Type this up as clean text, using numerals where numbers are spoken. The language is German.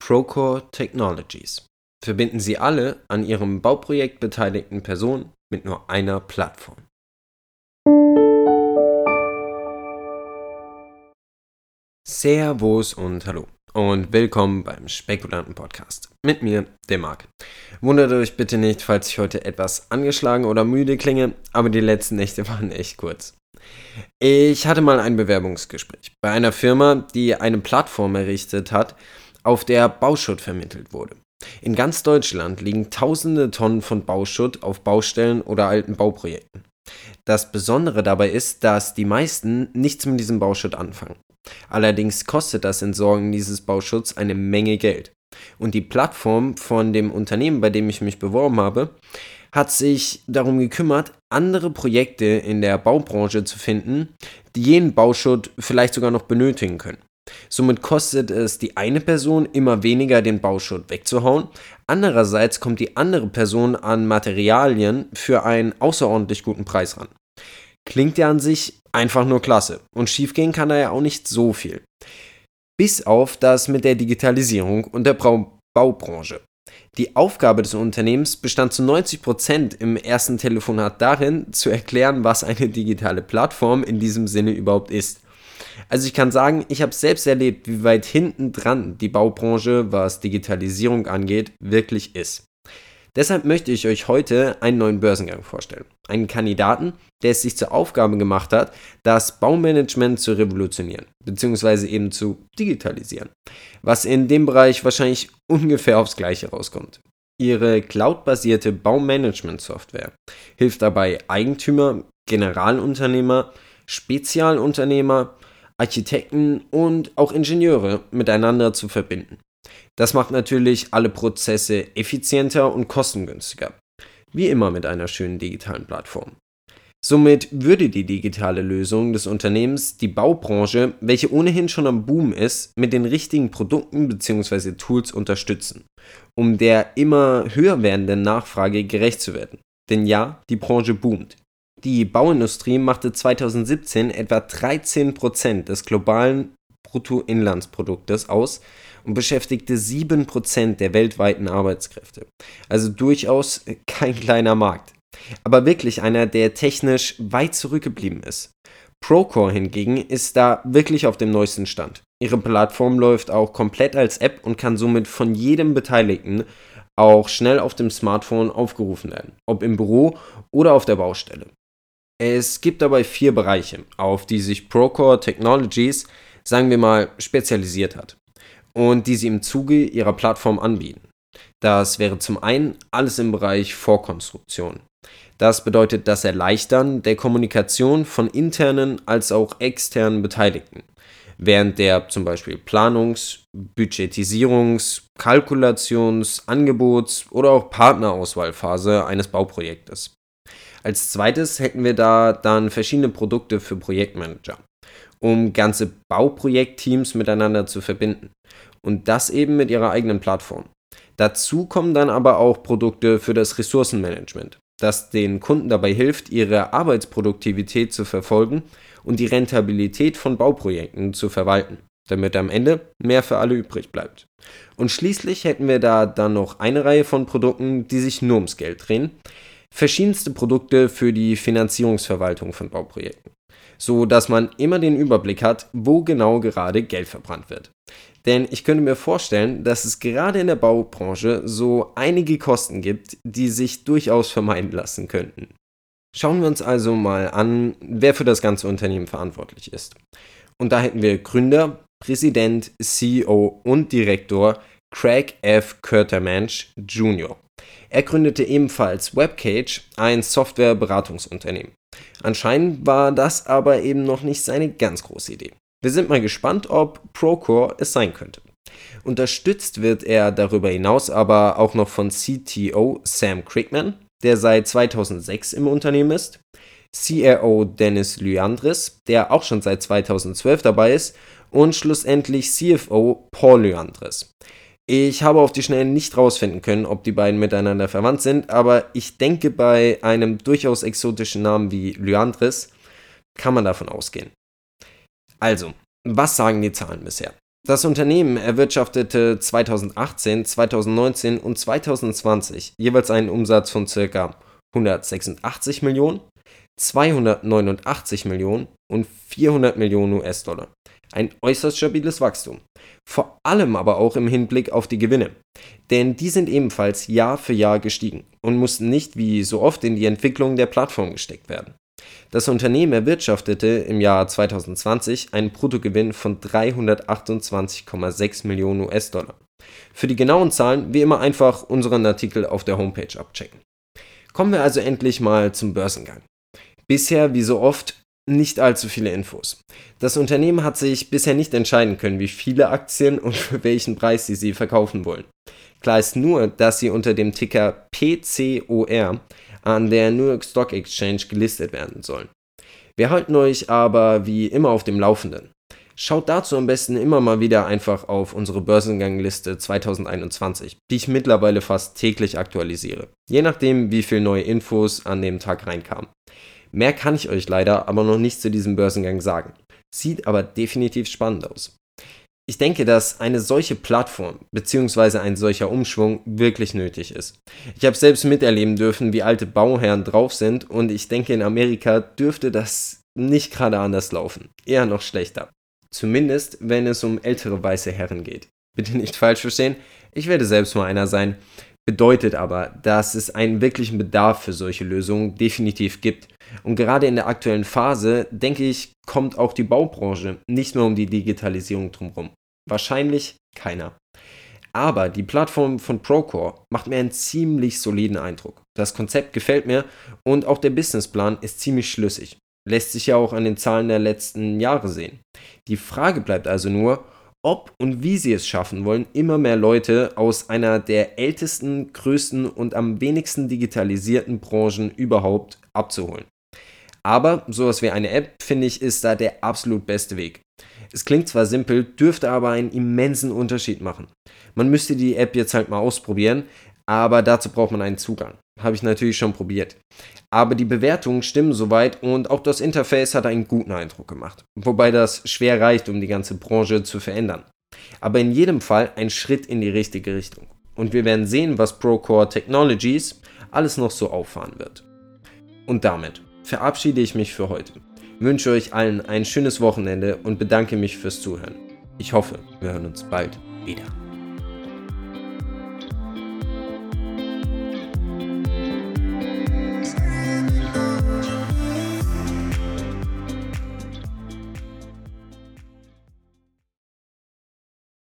Procore Technologies. Verbinden Sie alle an Ihrem Bauprojekt beteiligten Personen mit nur einer Plattform. Servus und hallo und willkommen beim Spekulanten-Podcast. Mit mir, dem Marc. Wundert euch bitte nicht, falls ich heute etwas angeschlagen oder müde klinge, aber die letzten Nächte waren echt kurz. Ich hatte mal ein Bewerbungsgespräch bei einer Firma, die eine Plattform errichtet hat, auf der Bauschutt vermittelt wurde. In ganz Deutschland liegen tausende Tonnen von Bauschutt auf Baustellen oder alten Bauprojekten. Das Besondere dabei ist, dass die meisten nichts mit diesem Bauschutt anfangen. Allerdings kostet das Entsorgen dieses Bauschutts eine Menge Geld. Und die Plattform von dem Unternehmen, bei dem ich mich beworben habe, hat sich darum gekümmert, andere Projekte in der Baubranche zu finden, die jenen Bauschutt vielleicht sogar noch benötigen können. Somit kostet es die eine Person immer weniger, den Bauschutt wegzuhauen. Andererseits kommt die andere Person an Materialien für einen außerordentlich guten Preis ran. Klingt ja an sich einfach nur klasse und schiefgehen kann da ja auch nicht so viel. Bis auf das mit der Digitalisierung und der Baubranche. Die Aufgabe des Unternehmens bestand zu 90% im ersten Telefonat darin, zu erklären, was eine digitale Plattform in diesem Sinne überhaupt ist. Also ich kann sagen, ich habe selbst erlebt, wie weit hinten dran die Baubranche, was Digitalisierung angeht, wirklich ist. Deshalb möchte ich euch heute einen neuen Börsengang vorstellen. Einen Kandidaten, der es sich zur Aufgabe gemacht hat, das Baumanagement zu revolutionieren, beziehungsweise eben zu digitalisieren. Was in dem Bereich wahrscheinlich ungefähr aufs Gleiche rauskommt. Ihre cloudbasierte Baumanagement-Software hilft dabei, Eigentümer, Generalunternehmer, Spezialunternehmer, Architekten und auch Ingenieure miteinander zu verbinden. Das macht natürlich alle Prozesse effizienter und kostengünstiger. Wie immer mit einer schönen digitalen Plattform. Somit würde die digitale Lösung des Unternehmens die Baubranche, welche ohnehin schon am Boom ist, mit den richtigen Produkten bzw. Tools unterstützen, um der immer höher werdenden Nachfrage gerecht zu werden. Denn ja, die Branche boomt. Die Bauindustrie machte 2017 etwa 13% des globalen Bruttoinlandsproduktes aus und beschäftigte 7% der weltweiten Arbeitskräfte. Also durchaus kein kleiner Markt. Aber wirklich einer, der technisch weit zurückgeblieben ist. Procore hingegen ist da wirklich auf dem neuesten Stand. Ihre Plattform läuft auch komplett als App und kann somit von jedem Beteiligten auch schnell auf dem Smartphone aufgerufen werden, ob im Büro oder auf der Baustelle. Es gibt dabei 4 Bereiche, auf die sich Procore Technologies, sagen wir mal, spezialisiert hat und die sie im Zuge ihrer Plattform anbieten. Das wäre zum einen alles im Bereich Vorkonstruktion. Das bedeutet das Erleichtern der Kommunikation von internen als auch externen Beteiligten, während der zum Beispiel Planungs-, Budgetisierungs-, Kalkulations-, Angebots- oder auch Partnerauswahlphase eines Bauprojektes. Als zweites hätten wir da dann verschiedene Produkte für Projektmanager, um ganze Bauprojektteams miteinander zu verbinden. Und das eben mit ihrer eigenen Plattform. Dazu kommen dann aber auch Produkte für das Ressourcenmanagement, das den Kunden dabei hilft, ihre Arbeitsproduktivität zu verfolgen und die Rentabilität von Bauprojekten zu verwalten, damit am Ende mehr für alle übrig bleibt. Und schließlich hätten wir da dann noch eine Reihe von Produkten, die sich nur ums Geld drehen. Verschiedenste Produkte für die Finanzierungsverwaltung von Bauprojekten, so dass man immer den Überblick hat, wo genau gerade Geld verbrannt wird. Denn ich könnte mir vorstellen, dass es gerade in der Baubranche so einige Kosten gibt, die sich durchaus vermeiden lassen könnten. Schauen wir uns also mal an, wer für das ganze Unternehmen verantwortlich ist. Und da hätten wir Gründer, Präsident, CEO und Direktor Craig F. Kurtermensch Jr. Er gründete ebenfalls Webcage, ein Softwareberatungsunternehmen. Anscheinend war das aber eben noch nicht seine ganz große Idee. Wir sind mal gespannt, ob Procore es sein könnte. Unterstützt wird er darüber hinaus aber auch noch von CTO Sam Kriegman, der seit 2006 im Unternehmen ist, CRO Dennis Lyandres, der auch schon seit 2012 dabei ist, und schlussendlich CFO Paul Lyandres. Ich habe auf die Schnelle nicht rausfinden können, ob die beiden miteinander verwandt sind, aber ich denke, bei einem durchaus exotischen Namen wie Lyandres kann man davon ausgehen. Also, was sagen die Zahlen bisher? Das Unternehmen erwirtschaftete 2018, 2019 und 2020 jeweils einen Umsatz von ca. 186 Millionen, 289 Millionen und 400 Millionen US-Dollar. Ein äußerst stabiles Wachstum. Vor allem aber auch im Hinblick auf die Gewinne. Denn die sind ebenfalls Jahr für Jahr gestiegen und mussten nicht wie so oft in die Entwicklung der Plattform gesteckt werden. Das Unternehmen erwirtschaftete im Jahr 2020 einen Bruttogewinn von 328,6 Millionen US-Dollar. Für die genauen Zahlen wie immer einfach unseren Artikel auf der Homepage abchecken. Kommen wir also endlich mal zum Börsengang. Bisher, wie so oft, nicht allzu viele Infos. Das Unternehmen hat sich bisher nicht entscheiden können, wie viele Aktien und für welchen Preis sie verkaufen wollen. Klar ist nur, dass sie unter dem Ticker PCOR an der New York Stock Exchange gelistet werden sollen. Wir halten euch aber wie immer auf dem Laufenden. Schaut dazu am besten immer mal wieder einfach auf unsere Börsengangliste 2021, die ich mittlerweile fast täglich aktualisiere, je nachdem wie viel neue Infos an dem Tag reinkamen. Mehr kann ich euch leider aber noch nicht zu diesem Börsengang sagen. Sieht aber definitiv spannend aus. Ich denke, dass eine solche Plattform bzw. ein solcher Umschwung wirklich nötig ist. Ich habe selbst miterleben dürfen, wie alte Bauherren drauf sind und ich denke, in Amerika dürfte das nicht gerade anders laufen. Eher noch schlechter. Zumindest, wenn es um ältere weiße Herren geht. Bitte nicht falsch verstehen, ich werde selbst mal einer sein. Bedeutet aber, dass es einen wirklichen Bedarf für solche Lösungen definitiv gibt. Und gerade in der aktuellen Phase, denke ich, kommt auch die Baubranche nicht mehr um die Digitalisierung drumherum. Wahrscheinlich keiner. Aber die Plattform von Procore macht mir einen ziemlich soliden Eindruck. Das Konzept gefällt mir und auch der Businessplan ist ziemlich schlüssig. Lässt sich ja auch an den Zahlen der letzten Jahre sehen. Die Frage bleibt also nur, ob und wie sie es schaffen wollen, immer mehr Leute aus einer der ältesten, größten und am wenigsten digitalisierten Branchen überhaupt abzuholen. Aber sowas wie eine App, finde ich, ist da der absolut beste Weg. Es klingt zwar simpel, dürfte aber einen immensen Unterschied machen. Man müsste die App jetzt halt mal ausprobieren, aber dazu braucht man einen Zugang. Habe ich natürlich schon probiert. Aber die Bewertungen stimmen soweit und auch das Interface hat einen guten Eindruck gemacht. Wobei das schwer reicht, um die ganze Branche zu verändern. Aber in jedem Fall ein Schritt in die richtige Richtung. Und wir werden sehen, was Procore Technologies alles noch so auffahren wird. Und damit verabschiede ich mich für heute. Wünsche euch allen ein schönes Wochenende und bedanke mich fürs Zuhören. Ich hoffe, wir hören uns bald wieder.